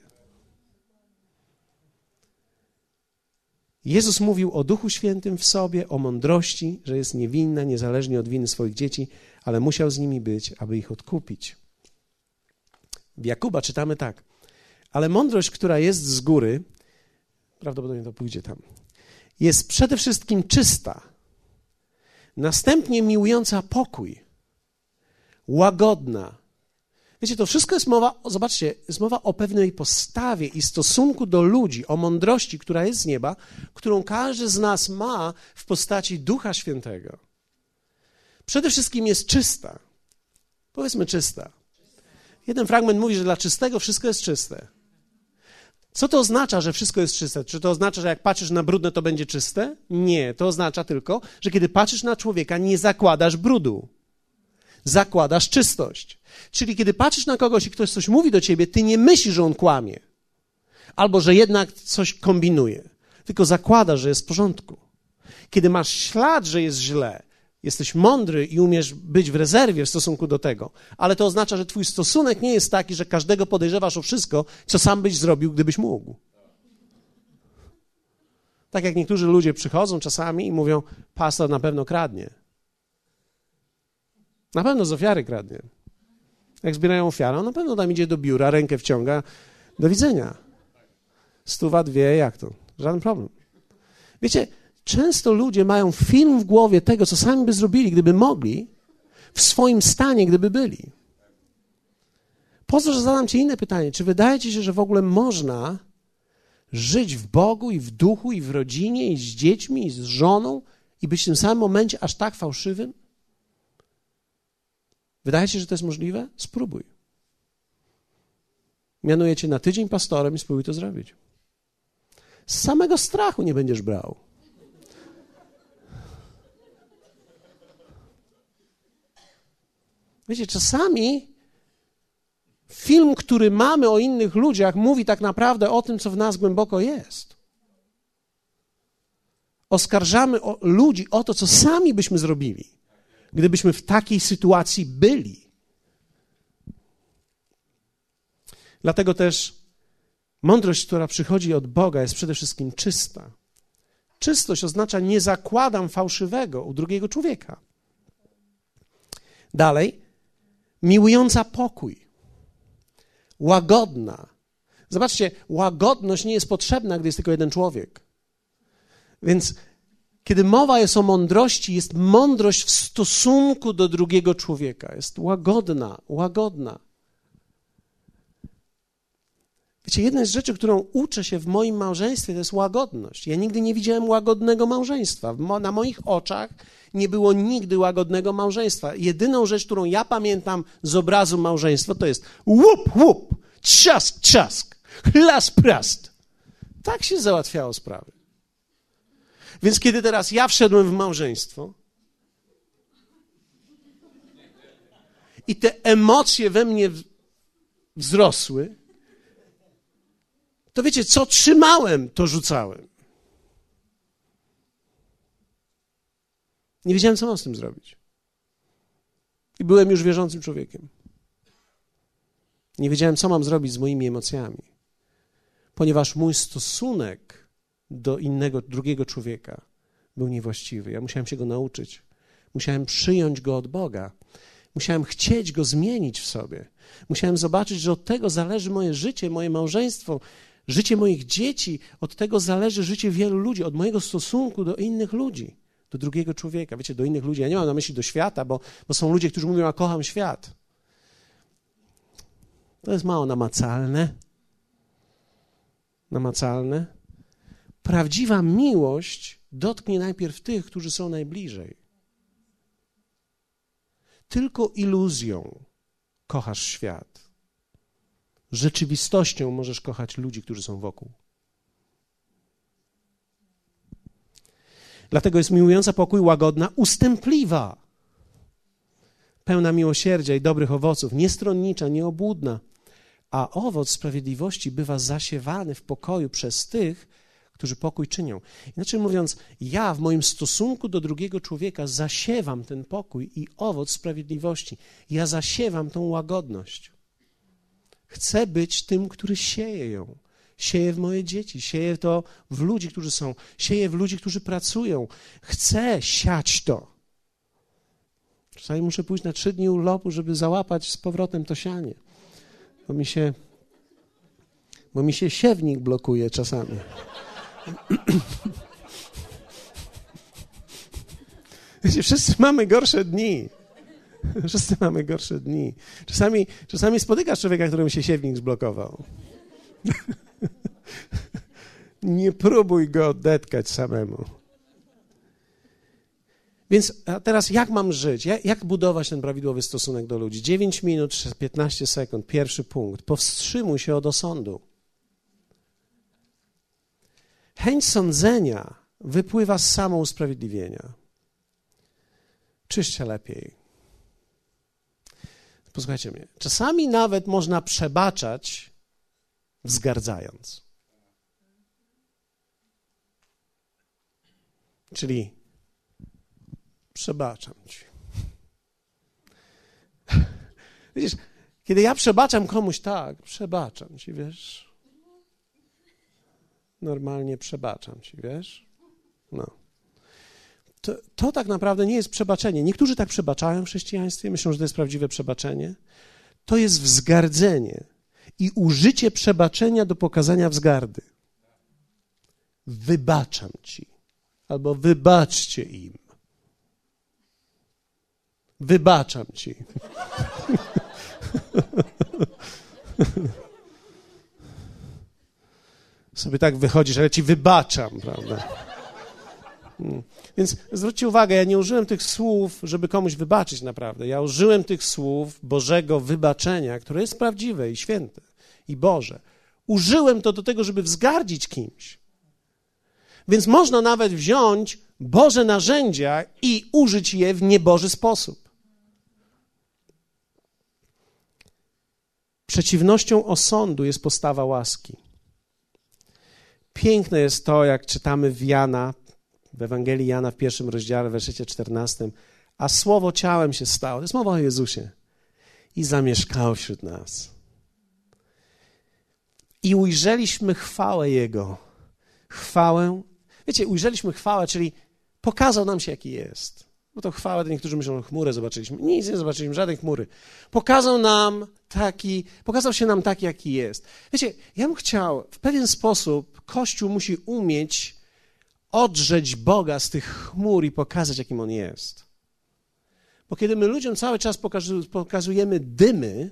Jezus mówił o Duchu Świętym w sobie, o mądrości, że jest niewinna, niezależnie od winy swoich dzieci, ale musiał z nimi być, aby ich odkupić. W Jakuba czytamy tak. Ale mądrość, która jest z góry, prawdopodobnie to pójdzie tam, jest przede wszystkim czysta, następnie miłująca pokój, łagodna. Wiecie, to wszystko jest mowa, zobaczcie, jest mowa o pewnej postawie i stosunku do ludzi, o mądrości, która jest z nieba, którą każdy z nas ma w postaci Ducha Świętego. Przede wszystkim jest czysta. Powiedzmy czysta. Jeden fragment mówi, że dla czystego wszystko jest czyste. Co to oznacza, że wszystko jest czyste? Czy to oznacza, że jak patrzysz na brudne, to będzie czyste? Nie, to oznacza tylko, że kiedy patrzysz na człowieka, nie zakładasz brudu. Zakładasz czystość. Czyli kiedy patrzysz na kogoś i ktoś coś mówi do ciebie, ty nie myślisz, że on kłamie. Albo, że jednak coś kombinuje. Tylko zakładasz, że jest w porządku. Kiedy masz ślad, że jest źle, jesteś mądry i umiesz być w rezerwie w stosunku do tego, ale to oznacza, że twój stosunek nie jest taki, że każdego podejrzewasz o wszystko, co sam byś zrobił, gdybyś mógł. Tak jak niektórzy ludzie przychodzą czasami i mówią, pastor na pewno kradnie. Na pewno z ofiary kradnie. Jak zbierają ofiarę, na pewno tam idzie do biura, rękę wciąga, do widzenia. Stuwa, dwie, jak to? Żaden problem. Wiecie, często ludzie mają film w głowie tego, co sami by zrobili, gdyby mogli, w swoim stanie, gdyby byli. Pozwól, że zadam ci inne pytanie. Czy wydaje ci się, że w ogóle można żyć w Bogu i w duchu, i w rodzinie, i z dziećmi, i z żoną, i być w tym samym momencie aż tak fałszywym? Wydaje ci się, że to jest możliwe? Spróbuj. Mianuję cię na tydzień pastorem i spróbuj to zrobić. Z samego strachu nie będziesz brał. Wiecie, czasami film, który mamy o innych ludziach, mówi tak naprawdę o tym, co w nas głęboko jest. Oskarżamy o ludzi o to, co sami byśmy zrobili, gdybyśmy w takiej sytuacji byli. Dlatego też mądrość, która przychodzi od Boga, jest przede wszystkim czysta. Czystość oznacza, nie zakładam fałszywego u drugiego człowieka. Dalej, miłująca pokój, łagodna. Zobaczcie, łagodność nie jest potrzebna, gdy jest tylko jeden człowiek. Więc kiedy mowa jest o mądrości, jest mądrość w stosunku do drugiego człowieka. Jest łagodna, łagodna. Wiecie, jedna z rzeczy, którą uczę się w moim małżeństwie, to jest łagodność. Ja nigdy nie widziałem łagodnego małżeństwa. Na moich oczach nie było nigdy łagodnego małżeństwa. Jedyną rzecz, którą ja pamiętam z obrazu małżeństwa, to jest łup, łup, trzask, trzask, chlas, prast. Tak się załatwiało sprawy. Więc kiedy teraz ja wszedłem w małżeństwo i te emocje we mnie wzrosły, to wiecie, co trzymałem, to rzucałem. Nie wiedziałem, co mam z tym zrobić. I byłem już wierzącym człowiekiem. Nie wiedziałem, co mam zrobić z moimi emocjami, ponieważ mój stosunek do innego, drugiego człowieka był niewłaściwy. Ja musiałem się go nauczyć. Musiałem przyjąć go od Boga. Musiałem chcieć go zmienić w sobie. Musiałem zobaczyć, że od tego zależy moje życie, moje małżeństwo, życie moich dzieci. Od tego zależy życie wielu ludzi, od mojego stosunku do innych ludzi, do drugiego człowieka. Wiecie, do innych ludzi. Ja nie mam na myśli do świata, bo, bo są ludzie, którzy mówią, ja kocham świat. To jest mało namacalne. Namacalne. Prawdziwa miłość dotknie najpierw tych, którzy są najbliżej. Tylko iluzją kochasz świat. Rzeczywistością możesz kochać ludzi, którzy są wokół. Dlatego jest miłująca pokój, łagodna, ustępliwa, pełna miłosierdzia i dobrych owoców, niestronnicza, nieobłudna, a owoc sprawiedliwości bywa zasiewany w pokoju przez tych, którzy pokój czynią. Inaczej mówiąc, ja w moim stosunku do drugiego człowieka zasiewam ten pokój i owoc sprawiedliwości. Ja zasiewam tą łagodność. Chcę być tym, który sieje ją. Sieję w moje dzieci, sieję to w ludzi, którzy są, sieję w ludzi, którzy pracują. Chcę siać to. Czasami muszę pójść na trzy dni urlopu, żeby załapać z powrotem to sianie. Bo mi się, bo mi się siewnik blokuje czasami. Wiecie, wszyscy mamy gorsze dni. Wszyscy mamy gorsze dni. Czasami, czasami spotykasz człowieka, któremu się siewnik zblokował. Nie próbuj go odetkać samemu. Więc a teraz jak mam żyć? Jak, jak budować ten prawidłowy stosunek do ludzi? dziewięć minut, piętnaście sekund. Pierwszy punkt. Powstrzymuj się od osądu. Chęć sądzenia wypływa z samousprawiedliwienia. Czyście lepiej. Posłuchajcie mnie. Czasami nawet można przebaczać, wzgardzając. Czyli przebaczam ci. Widzisz, kiedy ja przebaczam komuś tak, przebaczam ci, wiesz. Normalnie przebaczam ci, wiesz. No. To, to tak naprawdę nie jest przebaczenie. Niektórzy tak przebaczają w chrześcijaństwie, myślą, że to jest prawdziwe przebaczenie. To jest wzgardzenie i użycie przebaczenia do pokazania wzgardy. Wybaczam ci. Albo wybaczcie im. Wybaczam ci. Sobie tak wychodzisz, ale ci wybaczam, prawda? Więc zwróćcie uwagę, ja nie użyłem tych słów, żeby komuś wybaczyć naprawdę. Ja użyłem tych słów Bożego wybaczenia, które jest prawdziwe i święte i Boże. Użyłem to do tego, żeby wzgardzić kimś. Więc można nawet wziąć Boże narzędzia i użyć je w nieboży sposób. Przeciwnością osądu jest postawa łaski. Piękne jest to, jak czytamy w Jana, w Ewangelii Jana w pierwszym rozdziale, w wersecie czternastym, a Słowo ciałem się stało. To jest mowa o Jezusie. I zamieszkało wśród nas. I ujrzeliśmy chwałę Jego. Chwałę. Wiecie, ujrzeliśmy chwałę, czyli pokazał nam się, jaki jest. Bo to chwała, to niektórzy myślą, chmurę zobaczyliśmy. Nic nie zobaczyliśmy, żadnej chmury. Pokazał nam taki, pokazał się nam taki, jaki jest. Wiecie, ja bym chciał, w pewien sposób Kościół musi umieć odrzeć Boga z tych chmur i pokazać, jakim On jest. Bo kiedy my ludziom cały czas pokazujemy dymy,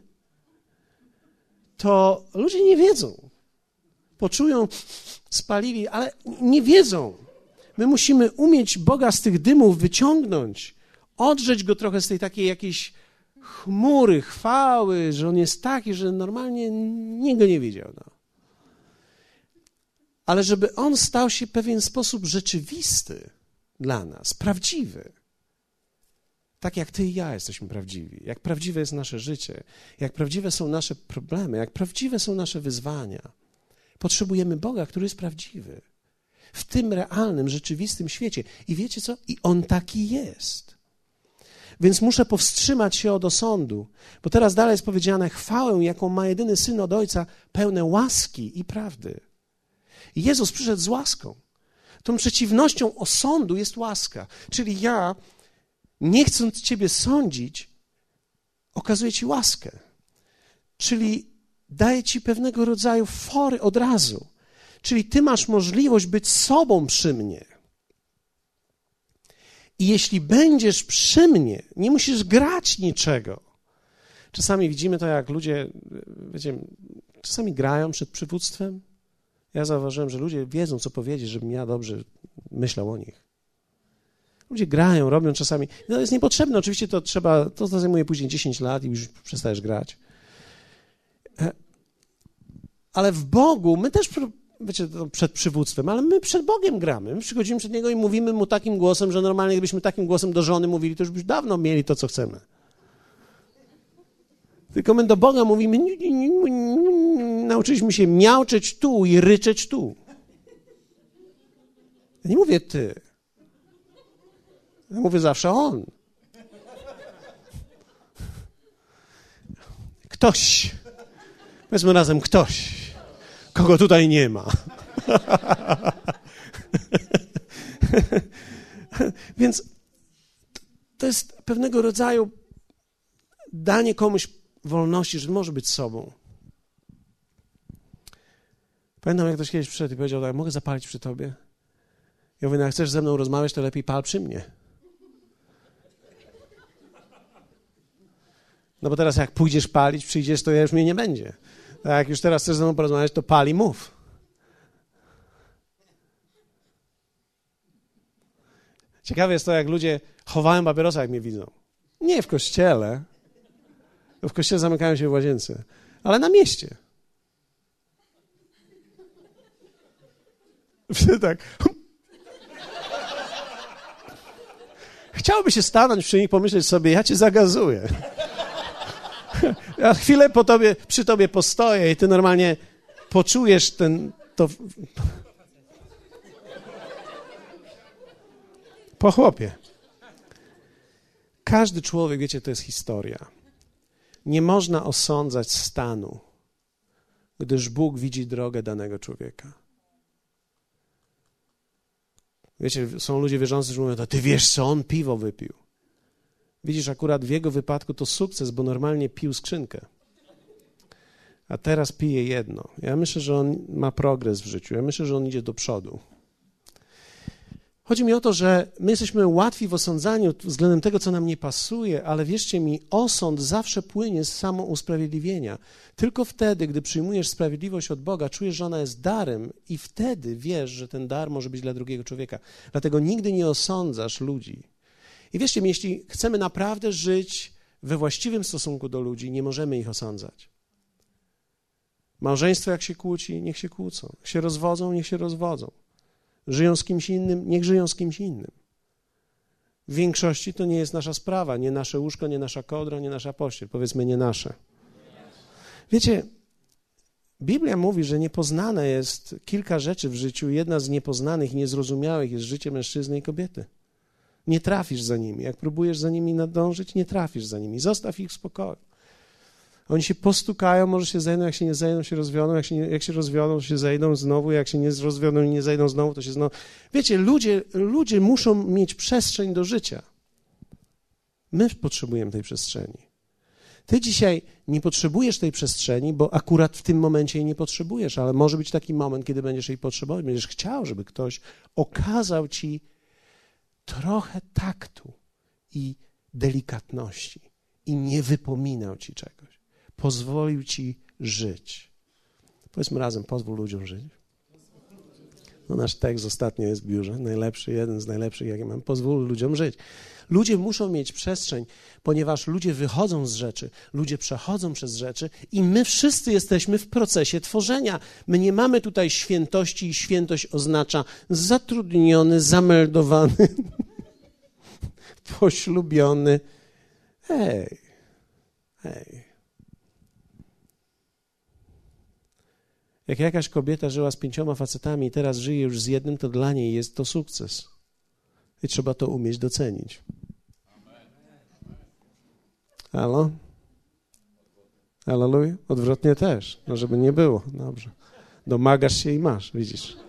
to ludzie nie wiedzą. Poczują, spalili, ale nie wiedzą. My musimy umieć Boga z tych dymów wyciągnąć, odrzeć Go trochę z tej takiej jakiejś chmury, chwały, że On jest taki, że normalnie nikt Go nie widział. No. Ale żeby On stał się w pewien sposób rzeczywisty dla nas, prawdziwy. Tak jak ty i ja jesteśmy prawdziwi, jak prawdziwe jest nasze życie, jak prawdziwe są nasze problemy, jak prawdziwe są nasze wyzwania. Potrzebujemy Boga, który jest prawdziwy. w tym realnym, rzeczywistym świecie. I wiecie co? I on taki jest. Więc muszę powstrzymać się od osądu, bo teraz dalej jest powiedziane, chwałę, jaką ma jedyny Syn od Ojca, pełne łaski i prawdy. I Jezus przyszedł z łaską. Tą przeciwnością osądu jest łaska. Czyli ja, nie chcąc Ciebie sądzić, okazuję Ci łaskę. Czyli daję Ci pewnego rodzaju fory od razu. Czyli Ty masz możliwość być sobą przy mnie. I jeśli będziesz przy mnie, nie musisz grać niczego. Czasami widzimy to, jak ludzie, wiecie, czasami grają przed przywództwem. Ja zauważyłem, że ludzie wiedzą, co powiedzieć, żebym ja dobrze myślał o nich. Ludzie grają, robią czasami. No jest niepotrzebne, oczywiście to trzeba, to zajmuje później dziesięć lat i już przestajesz grać. Ale w Bogu, my też, wiecie, przed przywództwem, ale my przed Bogiem gramy. My przychodzimy przed Niego i mówimy Mu takim głosem, że normalnie gdybyśmy takim głosem do żony mówili, to już byśmy dawno mieli to, co chcemy. Tylko my do Boga mówimy, nie, nie, nie, nie, nauczyliśmy się miauczeć tu i ryczeć tu. Ja nie mówię ty. Ja mówię zawsze on. Ktoś. Powiedzmy razem ktoś, kogo tutaj nie ma. Więc to jest pewnego rodzaju danie komuś wolności, że może być sobą. Pamiętam, jak ktoś kiedyś przyszedł i powiedział, tak, mogę zapalić przy tobie? Ja mówię, no jak chcesz ze mną rozmawiać, to lepiej pal przy mnie. No bo teraz jak pójdziesz palić, przyjdziesz, to ja już mnie nie będzie. A jak już teraz chcesz ze mną porozmawiać, to pal i mów. Ciekawe jest to, jak ludzie chowają papierosa, jak mnie widzą. Nie w kościele. W kościele zamykają się w łazience, ale na mieście. Wtedy tak. Chciałoby się stanąć przy nich, pomyśleć sobie, ja cię zagazuję. Ja chwilę po tobie, przy tobie postoję i ty normalnie poczujesz ten, to... Po chłopie. Każdy człowiek, wiecie, to jest historia. Nie można osądzać stanu, gdyż Bóg widzi drogę danego człowieka. Wiecie, są ludzie wierzący, że mówią, to ty wiesz co, on piwo wypił. Widzisz, akurat w jego wypadku to sukces, bo normalnie pił skrzynkę. A teraz pije jedno. Ja myślę, że on ma progres w życiu. Ja myślę, że on idzie do przodu. Chodzi mi o to, że my jesteśmy łatwi w osądzaniu względem tego, co nam nie pasuje, ale wierzcie mi, osąd zawsze płynie z samousprawiedliwienia. Tylko wtedy, gdy przyjmujesz sprawiedliwość od Boga, czujesz, że ona jest darem i wtedy wiesz, że ten dar może być dla drugiego człowieka. Dlatego nigdy nie osądzasz ludzi. I wierzcie mi, jeśli chcemy naprawdę żyć we właściwym stosunku do ludzi, nie możemy ich osądzać. Małżeństwo jak się kłóci, niech się kłócą. Jak się rozwodzą, niech się rozwodzą. Żyją z kimś innym, niech żyją z kimś innym. W większości to nie jest nasza sprawa, nie nasze łóżko, nie nasza kołdra, nie nasza pościel. Powiedzmy, nie nasze. Wiecie, Biblia mówi, że niepoznane jest kilka rzeczy w życiu. Jedna z niepoznanych i niezrozumiałych jest życie mężczyzny i kobiety. Nie trafisz za nimi. Jak próbujesz za nimi nadążyć, nie trafisz za nimi. Zostaw ich w spokoju. Oni się postukają, może się zejdą, jak się nie zejdą, się rozwiodą, jak się, nie, jak się rozwiodą, się zejdą znowu, jak się nie rozwiodą i nie zejdą znowu, to się znowu... Wiecie, ludzie, ludzie muszą mieć przestrzeń do życia. My potrzebujemy tej przestrzeni. Ty dzisiaj nie potrzebujesz tej przestrzeni, bo akurat w tym momencie jej nie potrzebujesz, ale może być taki moment, kiedy będziesz jej potrzebować, będziesz chciał, żeby ktoś okazał ci trochę taktu i delikatności i nie wypominał ci czegoś. Pozwolił ci żyć. Powiedzmy razem, pozwól ludziom żyć. No nasz tekst ostatnio jest w biurze, najlepszy, jeden z najlepszych, jakie mam. Pozwól ludziom żyć. Ludzie muszą mieć przestrzeń, ponieważ ludzie wychodzą z rzeczy, ludzie przechodzą przez rzeczy i my wszyscy jesteśmy w procesie tworzenia. My nie mamy tutaj świętości i świętość oznacza zatrudniony, zameldowany, poślubiony. Hej, hej. Jak jakaś kobieta żyła z pięcioma facetami i teraz żyje już z jednym, to dla niej jest to sukces. I trzeba to umieć docenić. Halo? Halleluja? Odwrotnie też, no żeby nie było. Dobrze. Domagasz się i masz, widzisz.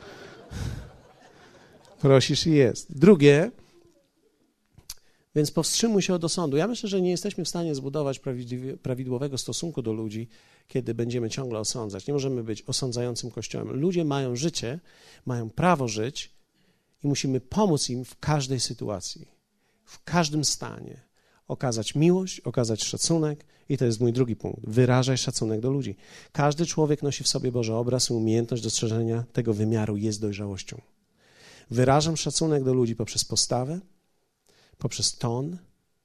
Prosisz i jest. Drugie, więc powstrzymuj się od osądu. Ja myślę, że nie jesteśmy w stanie zbudować prawidłowego stosunku do ludzi, kiedy będziemy ciągle osądzać. Nie możemy być osądzającym Kościołem. Ludzie mają życie, mają prawo żyć i musimy pomóc im w każdej sytuacji, w każdym stanie. Okazać miłość, okazać szacunek i to jest mój drugi punkt. Wyrażaj szacunek do ludzi. Każdy człowiek nosi w sobie Boży obraz i umiejętność dostrzeżenia tego wymiaru jest dojrzałością. Wyrażam szacunek do ludzi poprzez postawę, poprzez ton.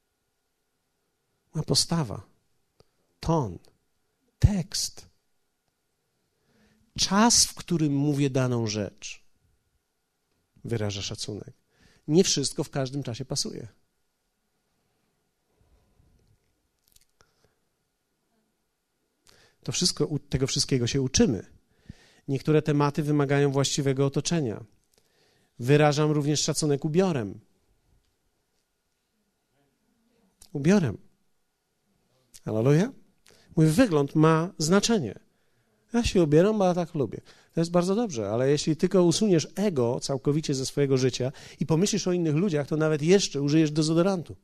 A postawa, ton, tekst, czas, w którym mówię daną rzecz, wyraża szacunek. Nie wszystko w każdym czasie pasuje. To wszystko, tego wszystkiego się uczymy. Niektóre tematy wymagają właściwego otoczenia. Wyrażam również szacunek ubiorem. Ubiorem. Halleluja. Mój wygląd ma znaczenie. Ja się ubieram, bo ja tak lubię. To jest bardzo dobrze, ale jeśli tylko usuniesz ego całkowicie ze swojego życia i pomyślisz o innych ludziach, to nawet jeszcze użyjesz dezodorantu.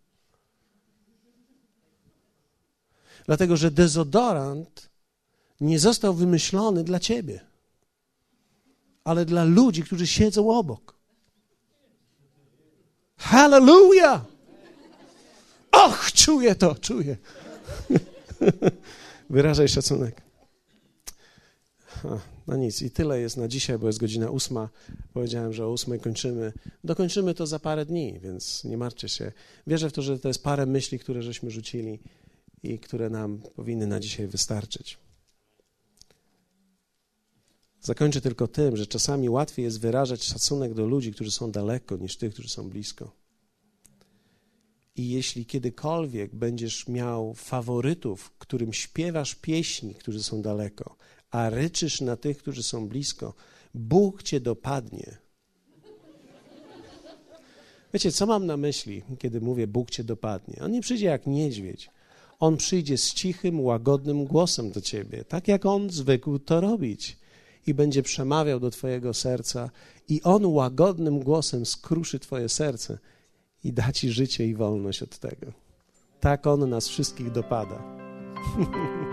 Dlatego, że dezodorant nie został wymyślony dla ciebie, ale dla ludzi, którzy siedzą obok. Hallelujah! Och, czuję to, czuję. Wyrażaj szacunek. No nic, i tyle jest na dzisiaj, bo jest godzina ósma. Powiedziałem, że o ósmej kończymy. Dokończymy to za parę dni, więc nie martwcie się. Wierzę w to, że to jest parę myśli, które żeśmy rzucili i które nam powinny na dzisiaj wystarczyć. Zakończę tylko tym, że czasami łatwiej jest wyrażać szacunek do ludzi, którzy są daleko, niż tych, którzy są blisko. I jeśli kiedykolwiek będziesz miał faworytów, którym śpiewasz pieśni, którzy są daleko, a ryczysz na tych, którzy są blisko, Bóg cię dopadnie. Wiecie, co mam na myśli, kiedy mówię Bóg cię dopadnie? On nie przyjdzie jak niedźwiedź. On przyjdzie z cichym, łagodnym głosem do ciebie, tak jak on zwykł to robić. I będzie przemawiał do twojego serca i on łagodnym głosem skruszy twoje serce i da ci życie i wolność od tego. Tak on nas wszystkich dopada.